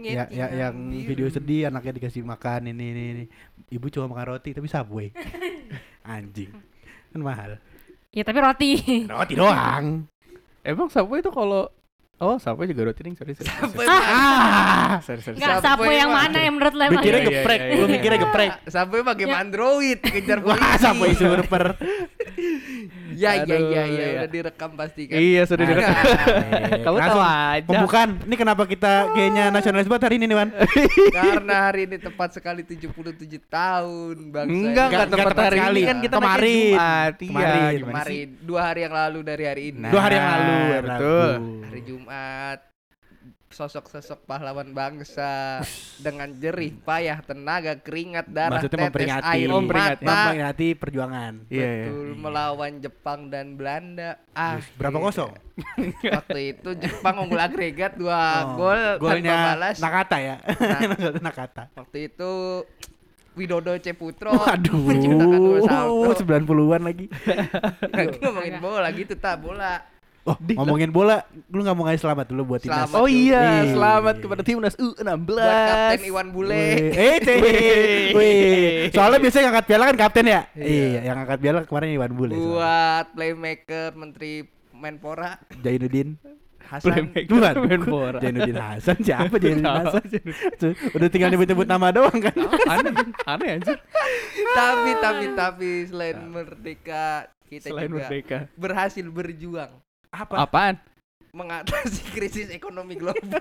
monyet yang video sedih anaknya dikasih makan ini. Ibu cuma makan roti tapi Subway. Anjing. Kan mahal. Ya tapi roti. Roti doang. Emang Subway itu kalau Subway juga roti ning, sorry. Subway Sorry. Enggak, Subway yang mana yang menurut lo emang? Mikirnya Iya, geprek, iya, lu iya. mikirnya geprek. Subway pakai Ya. Android kejar polisi. Wah, Subway surfer. Ya, Aduh, udah direkam pasti kan. Iya, sudah direkam. Kamu Langsung tahu aja. Pembukaan. Ini kenapa kita kayaknya nasionalis banget hari ini nih, Wan? Karena hari ini tepat sekali 77 tahun bangsa. Enggak Enggak tepat hari sekali. ini kan kita Kemarin. naiknya Jumat. Iya, Kemarin. gimana sih? Kemarin 2 hari yang lalu dari hari ini. 2 hari yang lalu, Nah, betul. Hari Jumat. Sosok-sosok pahlawan bangsa dengan jerih payah tenaga keringat darah Maksudnya tetes memperingati. air Memperingati. mata Memperingati perjuangan. Iya. betul melawan Jepang dan Belanda. Berapa kosong? Waktu itu Jepang unggul agregat 2 Oh, gol tanpa golnya balas. Nakata ya. Nah. Nakata. Waktu itu Widodo Ceputro Waduh. menciptakan gol salto. 90-an lagi. Lagi ngomongin bola gitu bola. Oh, ngomongin bola, lu enggak mau ngasih selamat dulu buat timnas. Selamat. Oh iya, Wih. selamat kepada timnas U16. Buat Kapten Iwan Bule. Wih. Soalnya biasanya yang angkat piala kan kapten ya? Iya. Iya, yang angkat piala kemarin Iwan Bule. Buat playmaker Menteri Menpora Jainuddin. Hasan. Bukan. Menpora. Jainuddin Hasan siapa Jainuddin Tahu. Hasan? Tuh, udah tinggal nyebut-nyebut nama doang kan. Aneh anjir. Tapi selain merdeka kita Selain juga merdeka. berhasil berjuang Apaan? mengatasi krisis ekonomi global.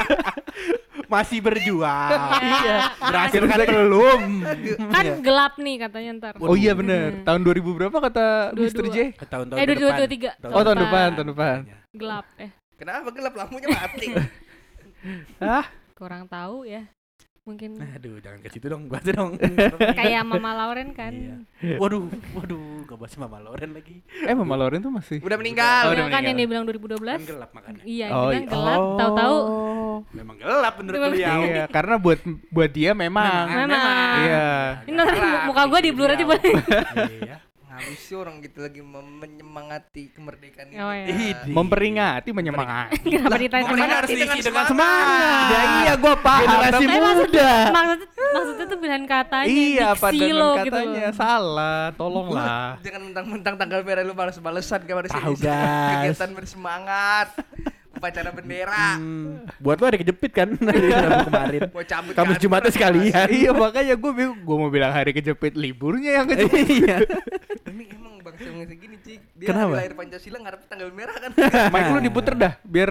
Masih berjuang. Iya. Berhasil kan belum? Kan Iya. gelap nih katanya ntar. Oh iya benar. Tahun 2000 berapa kata 22. Mr. J? Tahun-tahun 2023. Oh tahun depan. Gelap Kenapa gelap lampunya mati? Hah? kurang tahu ya. Mungkin Aduh, jangan ke situ dong, bahas dong. kayak Mama Lauren kan. Iya. Waduh, gak bahas Mama Loren lagi. Mama Lauren tuh masih. Udah meninggal. Oh, udah Kan yang meninggal. dia bilang 2012. Kan gelap makanya. Iya, Oh, dia bilang gelap, tahu-tahu Memang gelap menurut beliau. Iya, karena buat dia memang. Memang. Iya. ini nanti muka gue di blur aja boleh. Iya. Habis orang gitu lagi menyemangati kemerdekaan ini. Oh, iya. Idi. Memperingati, menyemangati. Kenapa ditanya Memperingati semangat? harus dengan diisi dengan semangat. Ya iya gua paham. Generasi Tapi- muda. Maksudnya tuh pilihan katanya, Iya, diksi padanan lo gitu katanya loh. salah. Tolonglah. Jangan mentang-mentang tanggal merah lu males-malesan kemarin Tahu, guys. kegiatan bersemangat. Upacara bendera. Buat lo ada kejepit kan dari Rabu kemarin. Mau cabut Kamis kantor. Jumatnya sekalian. Iya makanya gue bingung. Gue mau bilang hari kejepit liburnya yang kejepit. Iya. Ini emang bangsa yang segini Cik. Dia Kenapa? lahir Pancasila ngarep tanggal merah kan. Mike lu diputer dah biar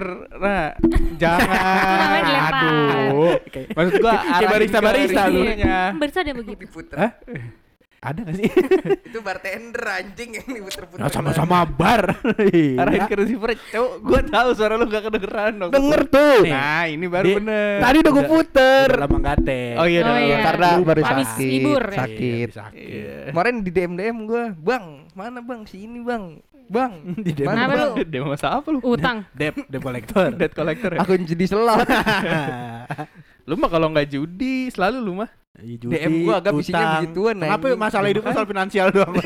jangan. Namanya dilempar. Aduh. Maksud gua Kayak barista-barista lu. liburnya. Barista ada begitu. Diputer. Hah? Ada gak sih? Itu bartender anjing yang diputer-puter. Nah, sama-sama bar. Arahin Iya. ke receiver. Cowok, gue tahu suara lu gak kedengeran dong. Denger tuh. Nah, ini baru Di- bener. Tadi udah gue puter. Udah lama gate. Oh iya, Oh udah. iya. Karena baru Habis sakit. libur ya? Sakit. Iya. Kemarin di DM gue, Bang, mana Bang? Sini Bang. Bang, Di DM. mana Kenapa Bang? lu? Dia masa apa lu? Utang. Debt collector. Debt collector ya? Aku jadi slot. Lu mah kalau nggak judi selalu lu mah. DM gua agak isinya begituan, Kenapa anjing. masalah hidupnya soal finansial doang?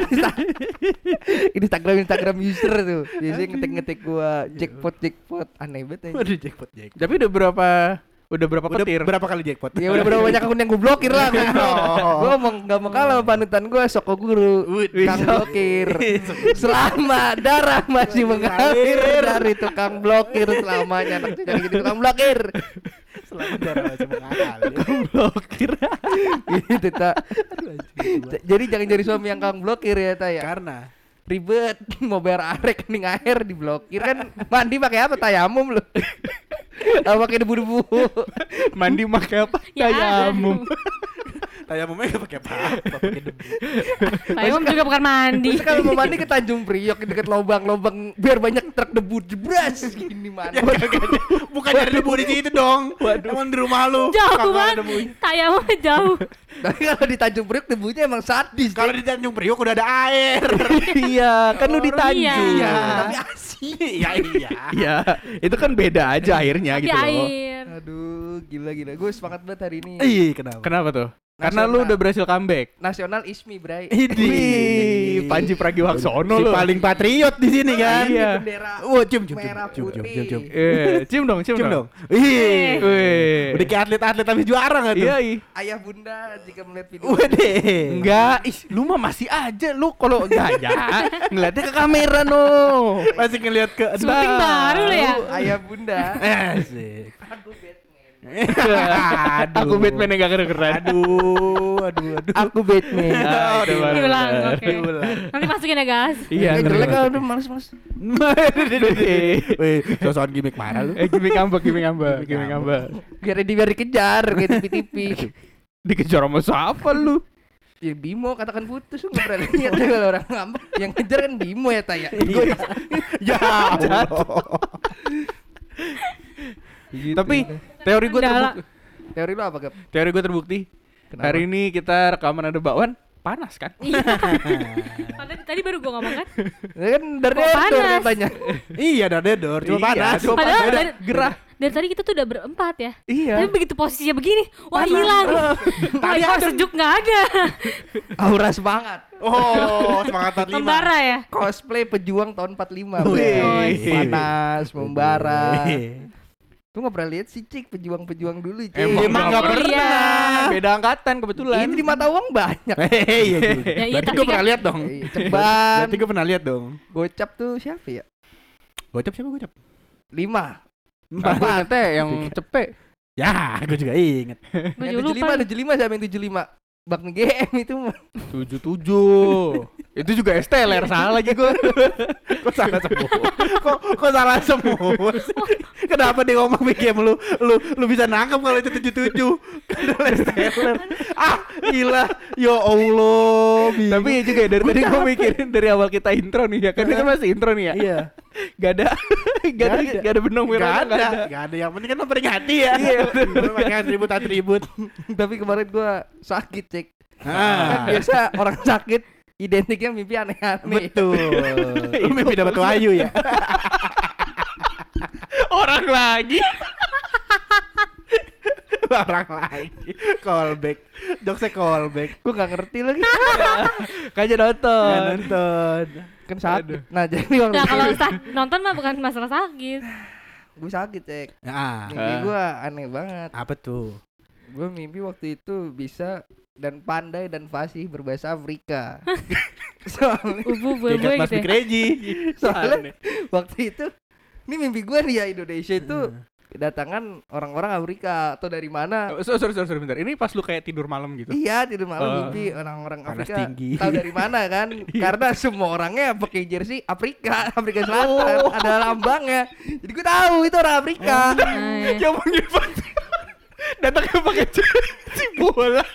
Instagram user tuh. Biasanya ngetik-ngetik gua jackpot aneh banget anjing. Waduh, jackpot. Tapi udah berapa Udah petir? berapa kali jackpot? Ya udah berapa banyak akun yang gue blokir lah. Gue gak mau kalah sama panutan gue, Soko Guru, Kang blokir. Selama darah masih mengalir dari tukang blokir, selamanya anak jadi tukang blokir. Selama darah masih mengalir. Blokir. Gitu tak. Jadi jangan jadi suami yang kang blokir ya ta ya. Karena Ribet mau bayar rekening air diblokir kan, mandi pakai apa, tayamum lu. Pakai debu-debu. Mandi pakai apa? Ya, Tayamum. tayamumnya gak pakai apa-apa, pakai debu. Tayamum juga bukan mandi. Terus kalau mau mandi ke Tanjung Priok deket lubang-lubang biar banyak truk debu jebras gini mana. Bukan nyari debu di situ dong. Emang di rumah lu. Jauh Kagak ada banget. debu. Tayamum jauh. Tapi kalau di Tanjung Priok debunya emang sadis. Kalau di Tanjung Priok udah ada air. Iya, kan lu di Tanjung. Iya. tapi asin. Iya iya. Iya, itu kan beda aja airnya Di gitu loh. air. Aduh, gila. Gue semangat banget hari ini. Iya, kenapa? Kenapa tuh? Karena Nasional. lu udah berhasil comeback. Nasional Ismi, Bray. Wih, Panji Pragiwaksono Si lu. paling patriot di sini kan. Iya. Bendera Wah, cium. merah putih. Cium dong. Cium dong. Ih. Wih. Udah Jadi kayak atlet-atlet habis juara enggak tuh? Iya, Ayah bunda jika melihat video. Waduh. Enggak, lu mah masih aja lu kalau gaya ngeliatnya ke kamera no. Masih ngeliat ke Syuting baru lo ya. Ayah bunda. Asik. Aku Batman. Aku Batman yang gak keren. Aduh. Aku Batman. Diulang, oke. Diulang. Nanti masukin ya guys. Iya, Jelek kalau udah males. Wih, sosokan gimmick marah lu. gimmick ngambek. Biar dikejar kayak TV. Dikejar sama siapa lu? Ya Bimo katakan putus, nggak pernah lihat kalau orang ngambek. Yang ngejar kan Bimo ya Taya. Ya Allah. Tapi teori gue Kendala. terbukti. Teori lu apa, Gap? Teori gue terbukti. Kenapa? Hari ini kita rekaman ada bakwan, panas kan? Tadi baru gue ngomong kan. Ya kan dari Kok panas? Dedor katanya. Iya, ada dedor, cuma Iya, panas. cuma Padahal panas. dari- Gerah. Dari tadi kita tuh udah berempat ya. Iya. Tapi begitu posisinya begini, wah hilang. Tadi sejuk nggak ada. Aura semangat. Oh, semangat 45. Membara ya. Cosplay pejuang tahun 45. Wih. Panas, membara. Wih. Lu nggak pernah lihat sih Cik pejuang-pejuang dulu Cik. Emang nggak Oh, pernah. iya. Beda angkatan kebetulan. Ini di mata uang banyak. Iya juga. Ya, iya, Berarti tapi gue pernah kan- lihat dong. Ceban, Berarti gue pernah lihat dong. Gocap tuh siapa ya? Gocap siapa gocap? 5. Aku ingetnya yang cepet. Ya, gue juga inget. Gue Yang juga lupa. 75 siapa yang 75? Bak GM itu mah. 77. Itu juga STLR salah lagi gue. Kok salah semua? Kok salah semua sih? Kenapa dia ngomong BGM lu bisa nangkep kalau itu 77? Kan Lesteller. Ah, gila. Ya Allah. Tapi ya juga ya, dari tadi gue mikirin dari awal kita intro nih ya. Kan kita masih intro nih ya. Iya. Gak ada benang merah. Gak ada. Yang penting kan memperingati ya. Iya, Pakai atribut-atribut. Tapi kemarin gua sakit Cik. Kan Ah, biasa orang sakit identiknya mimpi aneh-aneh. betul. Lu mimpi dapat wahyu ya. Orang lagi. Orang lagi. Callback. Jokesnya callback. Gua nggak ngerti lagi. Kayaknya nonton. Nggak nonton. Kan sakit. Nah jadi waktu Nah itu kalau nonton mah bukan masalah sakit. gue sakit Cik. Ah, Mimpi gua aneh banget. apa tuh? Gue mimpi waktu itu bisa dan pandai dan fasih berbahasa Afrika. soalnya Gue Kayak Mas gitu ya. Mikreji. soalnya waktu itu ini mimpi gue nih ya Indonesia itu kedatangan orang-orang Afrika atau dari mana. Sorry bentar. Ini pas lu kayak tidur malam gitu. Iya tidur malam Oh. mimpi orang-orang Panas Afrika. tinggi. Tahu dari mana kan? Karena semua orangnya pakai jersey Afrika Selatan, ada lambangnya. Jadi gue tahu itu orang Afrika. Nah, Yang manggil datangnya pakai si bola.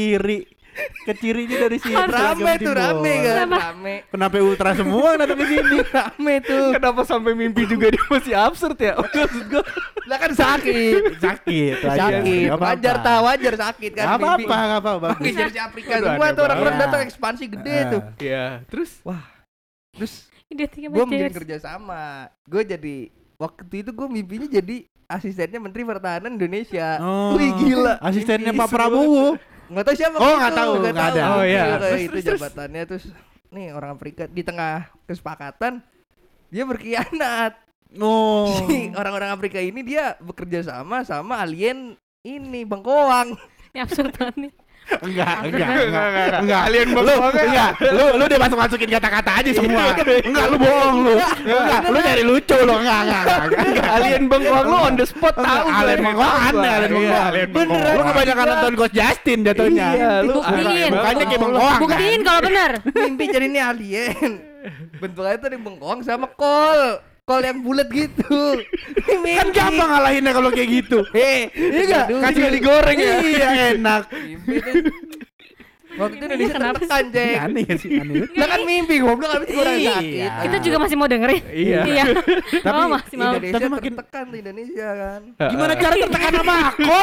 Kecirinya dari sini. Rame tuh rame kan, Sama. rame. Kenapa ultra semua datang ke sini? Rame tuh. Kenapa sampai mimpi juga dia masih absurd ya? Maksud gue. Lah kan sakit. Sakit. Sakit. Wajar tahu wajar sakit kan. Gak mimpi. apa-apa, gak apa-apa. Pakai jersey Afrika Aduh, semua aneh tuh orang-orang banget. datang ekspansi gede Ah. tuh. Iya. Terus Terus identiknya gue menjadi macet. kerja sama. Gue jadi waktu itu gue mimpinya jadi asistennya Menteri Pertahanan Indonesia. Oh. Wih gila. Asistennya Mimpi Pak semua. Prabowo. Nggak tahu siapa. Oh, waktu nggak itu. tahu, nggak ada. Oh, iya. Terus, Terus, itu jabatannya terus nih orang Afrika di tengah kesepakatan dia berkhianat. Oh. Si orang-orang Afrika ini dia bekerja sama alien ini bengkoang. Ini absurd banget nih. Enggak. Alien Lu enggak. Lu udah masukin kata-kata aja semua. Enggak, lu bohong lu. Enggak, lu nyari lucu lu. Enggak. Alien bengkoang lu on the spot tahu. Alien bengkoang aneh, alien bengkoang. Beneran. Lu kebanyakan nonton Ghost Justin jatuhnya. Iya, lu Dibuktiin. Mukanya kayak bengkoang. Buktiin kalau benar. Mimpi jadi ini alien. Bentuknya tuh di bengkoang sama kol yang bulat gitu. Ini Kan mimpi. gampang ngalahinnya kalau kayak gitu. Iya enggak? Kasih digoreng ya. Iya, enak. Mimpi tuh. Waktu itu Indonesia Kenapa tertekan, Cek. Aneh gak sih? Aneh. Lah kan mimpi goblok habis kurang Iya. sakit. Kita juga masih mau dengerin. Iya. Tapi Oh, masih mau. Indonesia Tapi makin- tertekan tuh Indonesia kan. Gimana cara tertekan sama akol?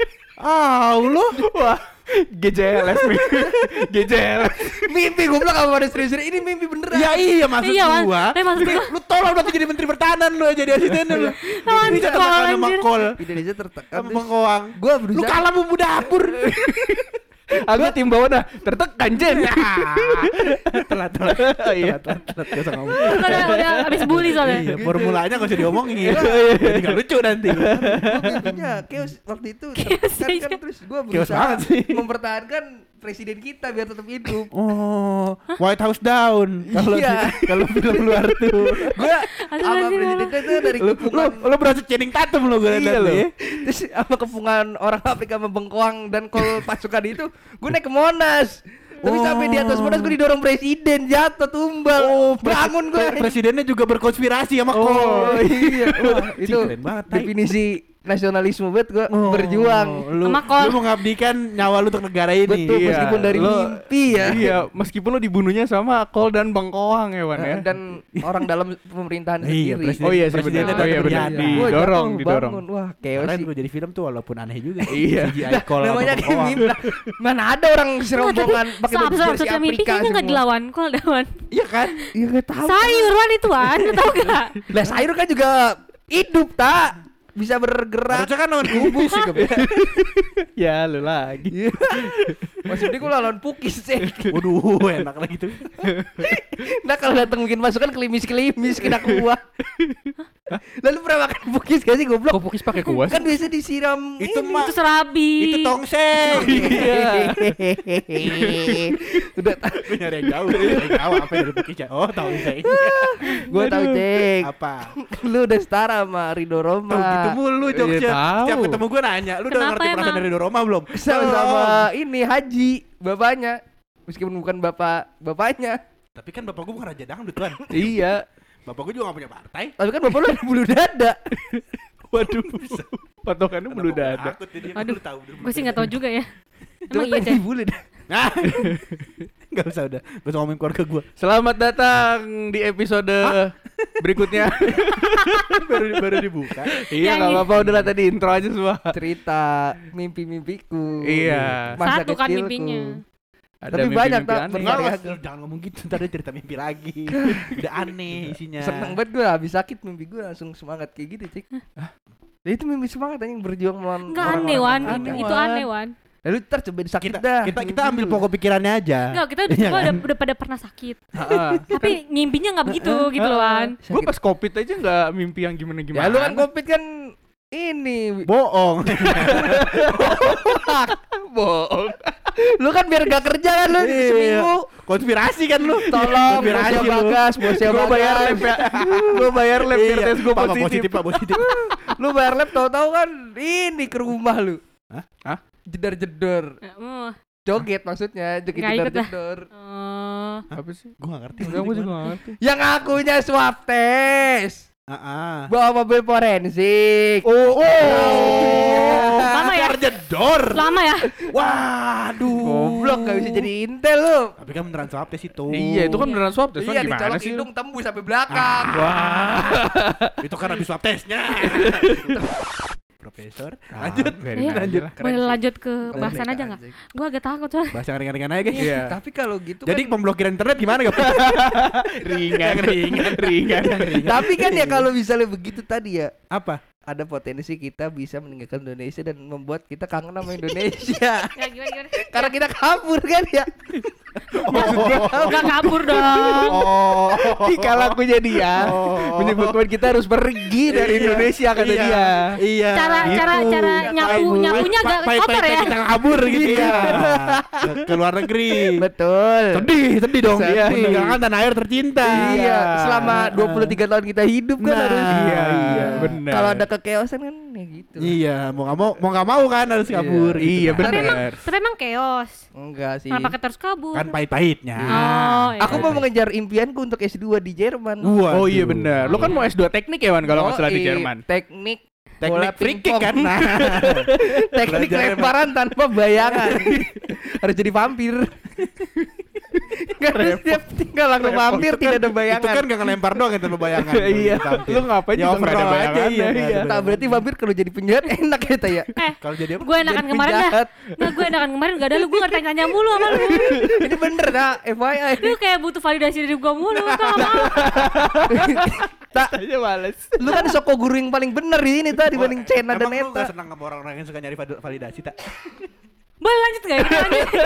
lu. Wah, GJLS nih. GJLS. Mimpi goblok apa pada serius-serius ini mimpi beneran. Ya iya maksud Iya, Wan. gua. Maksud gua. Lu tolong dong jadi menteri pertahanan lu jadi asisten lu. Lawan Bisa sekolah, tertekan sama anjir. kol. Indonesia tertekan Sama terus bengkoang. gua Lu berusaha kalah bumbu dapur. Aku tim bawah dah tertekan Jen. Telat. Iya. Telat gak usah ngomong. Udah habis bully soalnya. Iya, formulanya gak usah diomongin. Jadi gak lucu nanti. Gue mimpinya chaos waktu itu tertekan kan, terus gue Chaos berusaha banget sih. mempertahankan presiden kita biar tetap hidup. Oh, White House down. Iya. Kalau film luar tuh. Gue sama presidennya itu dari kepungan. Lu berasa Channing Tatum lu gue Iya liat loh. ya. Terus sama kepungan orang Afrika membengkoang dan kol pasukan itu, gue naik ke Monas. Tapi sampai di atas Monas gue didorong presiden, jatuh tumbal. Bangun gue. Presidennya juga berkonspirasi sama Oh Kol. iya. Wah, itu keren banget, Tai. definisi nasionalisme banget gue berjuang. Lu Sama Kol. mau mengabdikan nyawa lu untuk negara ini. Betul, Iya. meskipun dari Lo- mimpi ya. Iya, meskipun lo dibunuhnya sama Kol dan Bengkoang ya Wan ya. Dan orang dalam pemerintahan Iya, sendiri. presiden. Oh iya sih Presidennya benar. Oh iya dari benar. Riana. Gua Didorong, jatuh, didorong. bangun. Wah, chaos Keren sih. gue jadi film tuh walaupun aneh juga. Iya. CGI Kol sama Namanya Bengkoang. mimpi. Mana ada orang serombongan pakai baju jersey Absurd mimpi Afrika kayaknya nggak semua. dilawan kol dawan. Iya kan? Iya enggak tahu. Sayur Wan itu Wan, lu tahu gak? Lah sayur kan juga hidup tak bisa bergerak. Harusnya kan lawan kubus sih Ya lu lagi. Maksudnya gue lawan pukis sih. Waduh, enak lagi tuh. Nah kalau datang bikin masukan kelimis kena kuah. Lalu pernah makan pukis gak sih goblok? Kok pukis pakai kuas? Kan biasa disiram Itu ini. mah Itu serabi. itu tongseng. Udah Lu nyari yang jauh. Yang jauh apa yang dari Bukis ya? Oh, tongseng. gue tahu cek. Apa? Lu udah setara sama Ridho Roma. Tuh gitu mulu Iya, jokesnya. tahu. Setiap ketemu gue nanya, lu udah Kenapa ngerti perasaan emang? dari Doroma belum? Sama ini Haji bapaknya. Meskipun bukan bapaknya. Tapi kan bapak gue bukan raja dangdut kan. Iya. Bapak gue juga gak punya partai. Tapi kan bapak lu ada bulu dada. Waduh. Patokannya bulu dada. Takut dia. Aduh, Lu tahu. gue sih nggak tahu juga ya. Itu Emang iya tadi deh. bulu dada. Nah. Gak usah udah. Gak usah ngomongin keluarga gue. Selamat datang di episode berikutnya. baru dibuka. Iya Yang nggak apa-apa udah lah tadi intro aja semua. Cerita mimpi-mimpiku. Iya. Masa Satu kan kecilku. mimpinya. Ada Tapi banyak, mimpi-mimpi tak? aneh. Benar. Enggak, Variabel. jangan ngomong gitu. Ntar dia cerita mimpi lagi. Udah aneh isinya. Seneng banget gue habis sakit mimpi gue langsung semangat kayak gitu cik. Ya itu mimpi semangat anjing berjuang melawan Enggak orang-orang aneh Wan, aneh. itu aneh Wan. Lalu ntar coba sakit Kita dah. kita ambil pokok pikirannya aja. Enggak, kita udah Iya semua kan? udah pada pernah sakit. Heeh. Tapi mimpinya nggak begitu gitu loh Wan. Gue pas covid aja nggak mimpi yang gimana-gimana. Ya lu kan covid kan ini Bohong. bohong. lu kan biar gak kerja kan lu Iya. seminggu. Konspirasi kan lu. Tolong Konspirasi bosnya lu. Bagas, bosnya Gue bayar Bagas. lab ya. Gue bayar lab biar tes gue Pak, positif. Pak, positif. Lu bayar lab tahu-tahu kan ini ke rumah lu. Hah? Jedar-jedor. Joget maksudnya, joget Nggak ikut lah. jedar-jedor. Oh. Apa sih? Gue gak ngerti. Enggak, gue juga nggak ngerti. Yang akunya swab test. Bawa mobil forensik. Oh. Lama ya? Jedor. Lama ya? Waduh. Goblok gak bisa jadi intel lu. Tapi kan beneran swab tes itu. Iya, itu kan beneran swab tes. Iya, Wan, gimana dicolok sih? hidung tembus sampai belakang. Wah. Itu kan habis swab tesnya. Profesor. Lanjut. Iya. Lanjut. Boleh lanjut ke Keren bahasan deh, aja kan, nggak? Cik. Gue agak takut soalnya. Bahasa yang ringan-ringan aja guys. Iya. Tapi kalau gitu Jadi kan, pemblokiran internet gimana gak? ringan. tapi kan ya kalau misalnya begitu tadi ya, Apa? ada potensi kita bisa meninggalkan Indonesia dan membuat kita kangen sama Indonesia. Ya gimana? Karena kita kabur kan ya. Enggak kabur dong. Oh. Dikala aku jadi ya menyebutkan kita harus pergi dari Indonesia kata dia. Iya. Cara nyapunya agak kotor ya. Kita kabur gitu ya. Ke luar negeri. Betul. Sedih dong. Sedih. Iya, meninggalkan tanah air tercinta. Iya, selama 23 tahun kita hidup kan Nah, harus. Iya, benar. Kalau ada kekeosan kan ya gitu. Iya, mau nggak mau kan harus kabur. Iya, gitu kan. benar. Tapi emang chaos. Enggak sih. Kenapa kita harus kabur? Kan pahit-pahitnya. Oh, iya. Aku mau mengejar impianku untuk S2 di Jerman. Waduh. Oh iya benar. Lu kan mau S2 teknik ya Wan kalau nggak salah di Yoi, Jerman. Teknik bola Teknik free kick pingpong. kan. Nah. Teknik Belajar lemparan tanpa bayangan. Harus jadi vampir. Karena setiap tinggal langsung vampir tidak ada bayangan. Itu kan gak ngelempar doang yang tanpa bayangan. Iya. Lu ngapain Ya juga nggak ada overall aja, bayangannya. iya, Iya. benar. Tak berarti vampir kalau jadi penjahat enak ya ya. Kalau jadi apa? Gue enakan Jadi kemarin dah. penjahat. Nah, gue enakan kemarin gak ada lu. Gue ngerti tanya mulu sama lu. Ini bener tak? FYI. Lu kayak butuh validasi dari gue mulu. Gue gak mau. Tak, Aja males. lu kan soko guru yang paling bener di sini tak dibanding Cena dan Emang lu Eta. gak senang sama orang-orang yang suka nyari validasi tak? Boleh lanjut nggak ya?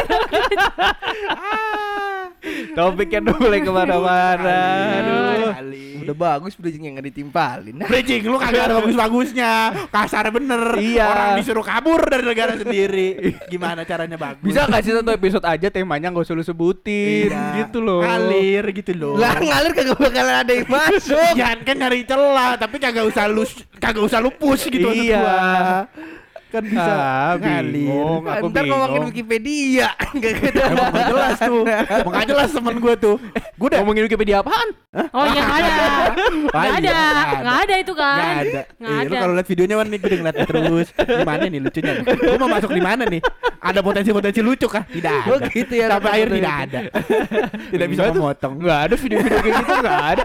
Topiknya udah mulai kemana-mana. Aduh. Udah bagus bridging yang nggak ditimpalin. Bridging lu kagak ada bagus-bagusnya. Kasar bener. Iya. Orang disuruh kabur dari negara sendiri. Gimana caranya bagus? Bisa nggak sih satu episode aja temanya nggak usah lu sebutin, Iya. gitu loh. Ngalir gitu loh. Lah ngalir kagak bakalan ada yang masuk. Jangan kan nyari celah, tapi kagak usah lu push gitu maksud Iya. gua. Kan bisa bingung. Aku Ntar ngomongin bingung. Wikipedia. Gak gitu. Emang gak jelas tuh. Emang gak jelas temen gue tuh. Gue udah Ngomongin Wikipedia apaan? Oh iya nggak ada. Nggak ada. Nggak ada itu kan. Gak ada. Nggak Lu ada. kalau lihat videonya Wan nih gue udah ngeliat terus. Di mana nih lucunya? Gue mau masuk di mana nih? Ada potensi-potensi lucu kah? Tidak Oh ada. gitu ya. Sampai akhir foto-foto tidak itu. ada. Tidak bisa Enggak tuh. memotong. Nggak ada video-video kayak gitu, nggak ada.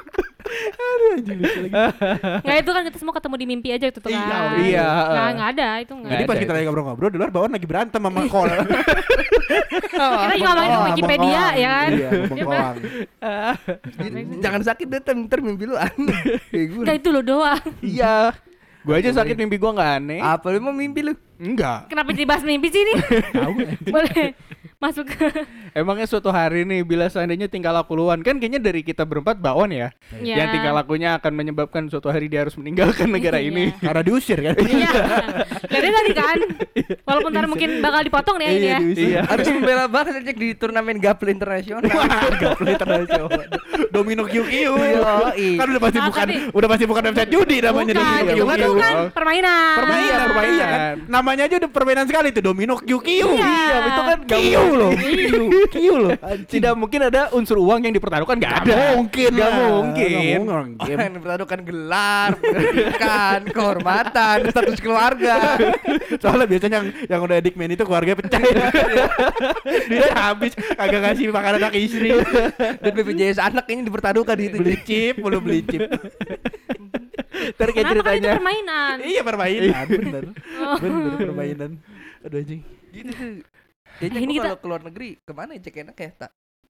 Nggak itu kan kita semua ketemu di mimpi aja itu tuh kan. Iya. Nggak ada itu nggak. Jadi Nggak pas ada kita lagi ngobrol-ngobrol di luar Bawan lagi berantem sama Kol. Kita juga ngomongin Wikipedia ya kan. Iya, ngomong Iya, koang. Jangan sakit deh, ntar mimpi lu aneh. Kayak gue. Nggak itu lo doang. Iya. Gua aja sakit mimpi gua nggak aneh. Apa lu mau mimpi lu? Enggak. Kenapa dibahas mimpi sih nih? Boleh masuk ke Emangnya suatu hari nih bila seandainya tingkah laku luan, kan kayaknya dari kita berempat Baon ya, Iya. yang tingkah lakunya akan menyebabkan suatu hari dia harus meninggalkan negara Iya. ini. Karena diusir kan? Iya. Dari tadi kan. Walaupun ntar mungkin bakal dipotong nih ini ya. Iya. Harus membela banget aja di turnamen Gaple internasional. Gaple internasional. Domino QQ. Yoi. Kan udah pasti bukan website judi namanya Bukan, Domino itu QQ. kan permainan. Permainan, permainan. iya kan? Namanya aja udah permainan sekali tuh Domino QQ. Iya. Itu kan Kiu loh. Kiu loh. Tidak mungkin ada unsur uang yang dipertaruhkan, nggak ada. Mungkin. Nggak lah. mungkin. Nggak Orang mungkin. yang dipertaruhkan gelar, pendidikan, kehormatan, status keluarga. Soalnya biasanya yang udah dikmen itu keluarganya pecah. Dia habis kagak ngasih makan anak istri. Dan BPJS anak ini dipertaruhkan gitu. Beli chip, belum beli chip. Ntar kayak Kenapa kan itu ceritanya. permainan? Iya permainan, bener. Oh. Bener permainan. Aduh anjing. Gitu tuh. Kayaknya Ini gua kita- kalau keluar negeri kemana ya cek enak ya tak?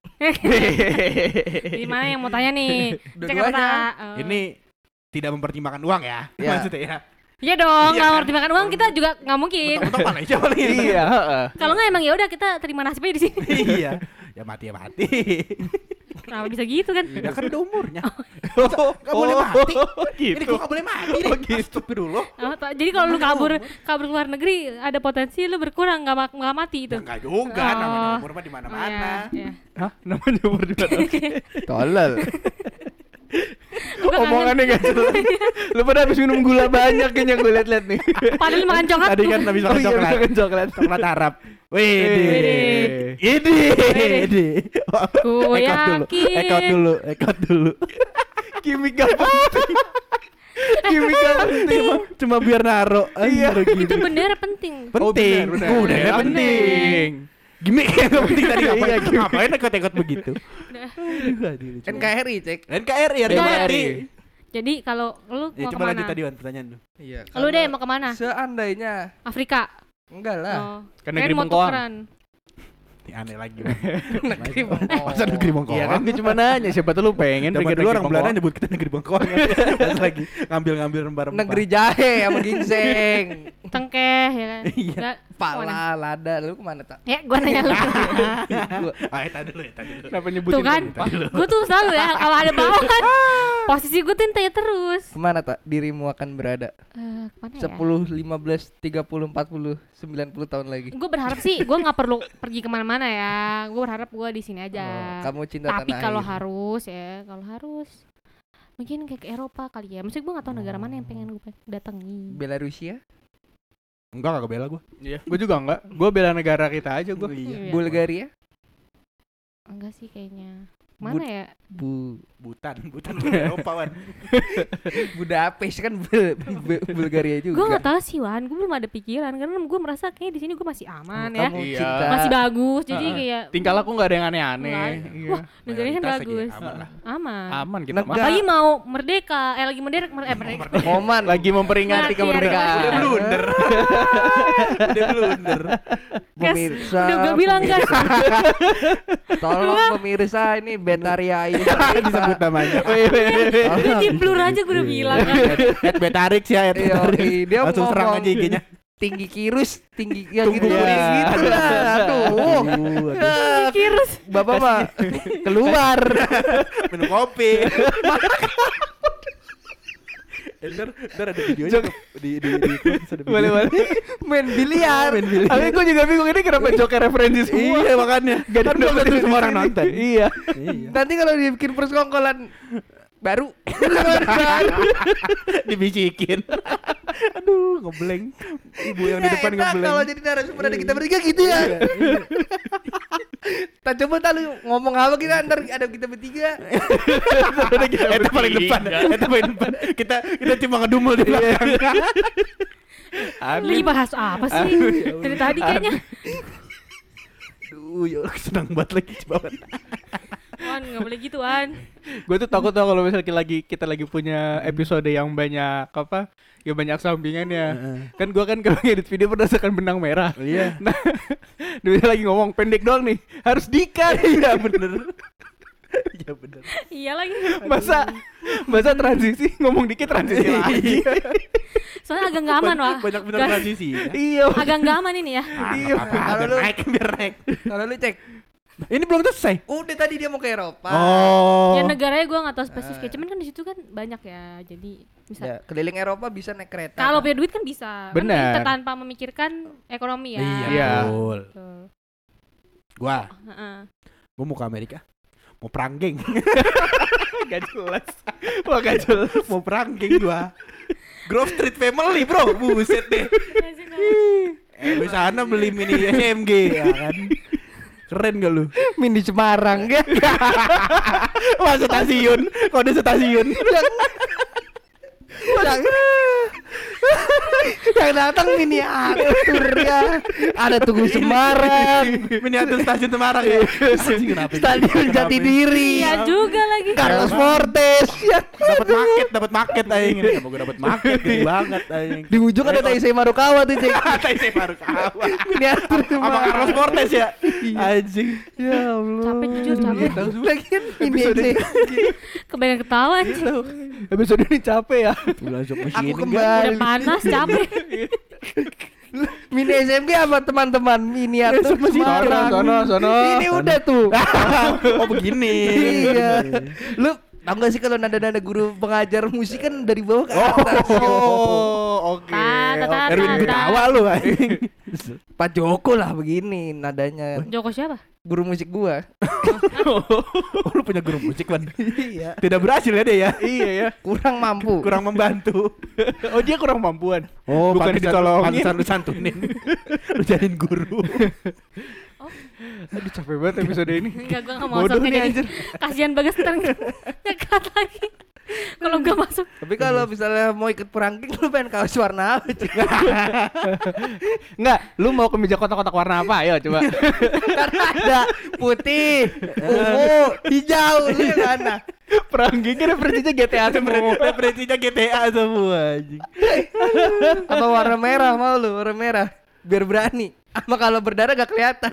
Di mana yang mau tanya nih? Cek Dua-duanya. apa? Oh. Ini tidak mempertimbangkan uang ya, Iya. maksudnya ya. Iya dong, Iya nggak kan? mempertimbangkan uang kita juga nggak mungkin. Untuk Malaysia paling. Iya. heeh. Kalau nggak emang ya udah kita terima nasibnya di sini. Iya. Ya mati. Kenapa bisa gitu kan? Ya kan udah umurnya. Oh, Gak boleh mati. Gitu. Ini gua gak boleh mati nih. Astagfirullah. Jadi kalau lu kabur ke luar negeri ada potensi lu berkurang nggak mati itu. Ya enggak juga, Oh. namanya umur mah di mana-mana. Iya. Hah? Namanya umur di mana? Tolol. Gua kangen. Omongannya gak jelas. Lu pada habis minum gula banyak kayaknya gue liat-liat nih. Padahal lu makan coklat. Tadi kan habis makan iya, coklat. makan coklat. Coklat Arab. Wede. Wede. Ini. Ku yakin. Ekot dulu. Kimika penting. Kimika penting. Cuma biar naro. Iya. Itu bendera penting. Penting. Udah Ya, penting. Gimik yang gak penting tadi ngapain? Iya, gimik. Ngapain ekot-ekot begitu? NKRI cek. NKRI harga Iya. mati. Jadi kalau lu Ya mau coba lanjut kemana? tadi Wan pertanyaan lu. Iya. Lu deh mau kemana? Seandainya Afrika. enggak lah. Oh. Ke negeri Kirain mau Bengkoang. tukeran. Ini aneh lagi. Negeri Masa negeri Bengkoang? Iya kan gue cuma nanya siapa tuh lu pengen Zaman pergi dulu negeri orang Belanda Bengkoang. nyebut kita negeri Bengkoang. Pas lagi ngambil rempah-rempah. Negeri jahe sama ginseng. Tengkeh ya kan. Iya. Nggak, kemana? Pala, lada, lu kemana tak? Ya gua nanya lu. Tadi dulu. Kenapa nyebutin Tuh kan. dulu? Gua tuh selalu ya kalau ada bawahan. Posisi gua tuh tanya terus. Kemana tak? Dirimu akan berada Kemana ya? 10, 15, 30, 40, 90 tahun lagi. Gue berharap sih gue nggak perlu pergi kemana-mana ya. Gue berharap gue di sini aja. Kamu cinta Tapi tanah kalau air. harus ya, kalau harus mungkin kayak ke Eropa kali ya. Maksudnya gue nggak tahu negara mana yang pengen gue datangi. Belarusia, Enggak kagak bela gua. Iya, gue juga enggak. Gue bela negara kita aja gue. Iya. Bulgaria, Enggak sih kayaknya. Mana ya? Butan Eropa Wan. Budapest kan Bulgaria juga. Gue nggak tahu sih Wan. Gue belum ada pikiran karena gue merasa kayak di sini gue masih aman ya. Kamu Iya. cinta Masih bagus. Jadi kayak Tingkah laku enggak ada yang aneh-aneh. Nggak. Iya. Wah, negaranya kan Mayoritas lagi, bagus. aman lah. Aman. Aman kita Negara- mah. Apalagi mau merdeka. Lagi merdeka. Momen Lagi memperingati Iya, kemerdekaan. iya. Blunder. Udah blunder. pemirsa. Udah gue bilang kan. Tolong pemirsa ini Betaria ini Disebut namanya. Udah di blur aja gue udah bilang kan. Ed Betarix ya, Ed Iya, Betarix. dia Langsung serang ngomong. aja IG-nya. tinggi kirus, tinggi yang Tunggu gitu ya. gitu lah. Aduh. Kirus. Bapak mah keluar. Minum kopi. Ntar ada videonya di Boleh. Main biliar. Tapi gue juga bingung ini kenapa Joker referensi semua. Iya makanya. Gak Kan belum tentu semua orang nonton. Iya. Iya. Nanti kalau dibikin persekongkolan baru Dibisikin. Aduh, ngebleng. Ibu yang di depan enak ngebleng. kalau jadi narasumber ada kita bertiga gitu ya. Kita coba tadi ngomong apa kita ntar ada kita bertiga. Eta paling depan. Eta paling depan. Kita cuma ngedumel di belakang. Lagi bahas apa sih? Dari tadi kayaknya. Aduh, ya Allah, senang banget lagi banget. Wan, nggak boleh gitu, Wan. Gue tuh takut tau kalau misalnya kita lagi punya episode yang banyak apa? Ya banyak sampingannya. Kan gue kan kalau ngedit video berdasarkan benang merah. Iya. Nah, dia lagi ngomong pendek doang nih. Harus di-cut. Iya bener. Iya bener. Iya lagi. Masa transisi ngomong dikit transisi lagi. Soalnya agak nggak aman, Wah. Banyak bener Guys, transisi. Iya. agak nggak aman ini ya. Iya. Kalau lu- Biar naik. Kalau lu cek, Ini belum selesai. udah tadi dia mau ke Eropa. Oh. Ya negaranya gue nggak tahu spesifik. Cuman kan di situ kan banyak ya. Jadi bisa. Ya, keliling Eropa bisa naik kereta. Kalau punya duit kan bisa. Benar. Kan tanpa memikirkan ekonomi ya. Iya. Betul. Betul. Gua Heeh. mau ke Amerika. Mau perang geng. Gak jelas. Wah gak jelas. Mau perang geng gua. Grove Street Family, bro. Buset deh. Di sana beli mini SMG ya kan. Keren gak lu? Mini Semarang kan. Wah, stasiun. Kode stasiun. Yang datang miniatur ya. Ada Tugu Semarang, Miniatur stasiun Semarang ya. Anjing, kenapa? Stadion Jatidiri, Iya juga lagi. Carlos Fortes. Ya. Dapat market aing. Kenapa gua dapat market gede banget aing. Di ujung ada Taisei Marukawa tuh cek. Taisei baru kawan. Miniatur Sama Semarang. Carlos Fortes ya. Anjing. Ya Allah. Capek jujur, capek. Lagian ini aja. Kebanyakan ketawa anjing. Episode ini capek ya. Langsung Aku Udah kembali. panas, capek. Mini SMG apa teman-teman? Miniatur Semarang. Sono. Ini udah tuh. Oh begini. Iya. Lu tau gak sih kalau nada-nada guru pengajar musik kan dari bawah ke atas. Oh, oke. Erwin Gutawa lu anjing. Pak Joko lah begini nadanya. Joko siapa? Guru musik gua. Oh, lu punya guru musik kan? Iya. Tidak berhasil ya dia ya. Iya ya. Kurang mampu. Kurang membantu. Oh dia kurang mampuan. Oh, Bukan ditolongin. Pantesan lu santunin. Lu jadiin guru. Aduh capek banget episode ini. Enggak, gua enggak mau Bodoh masuk nih, jadi. anjir. Kasihan Bagas ntar ngekat lagi. Kalau enggak masuk. Tapi kalau misalnya mau ikut perang king lu pengen kaos warna apa? Cik? Enggak, lu mau kemeja kotak-kotak warna apa? Ayo coba. Karena ada putih, ungu, hijau, lu yang mana? Perang gigi referensinya GTA semua. Referensinya GTA semua anjing. Apa warna merah mau lu? Warna merah biar berani. Ama kalau berdarah gak kelihatan.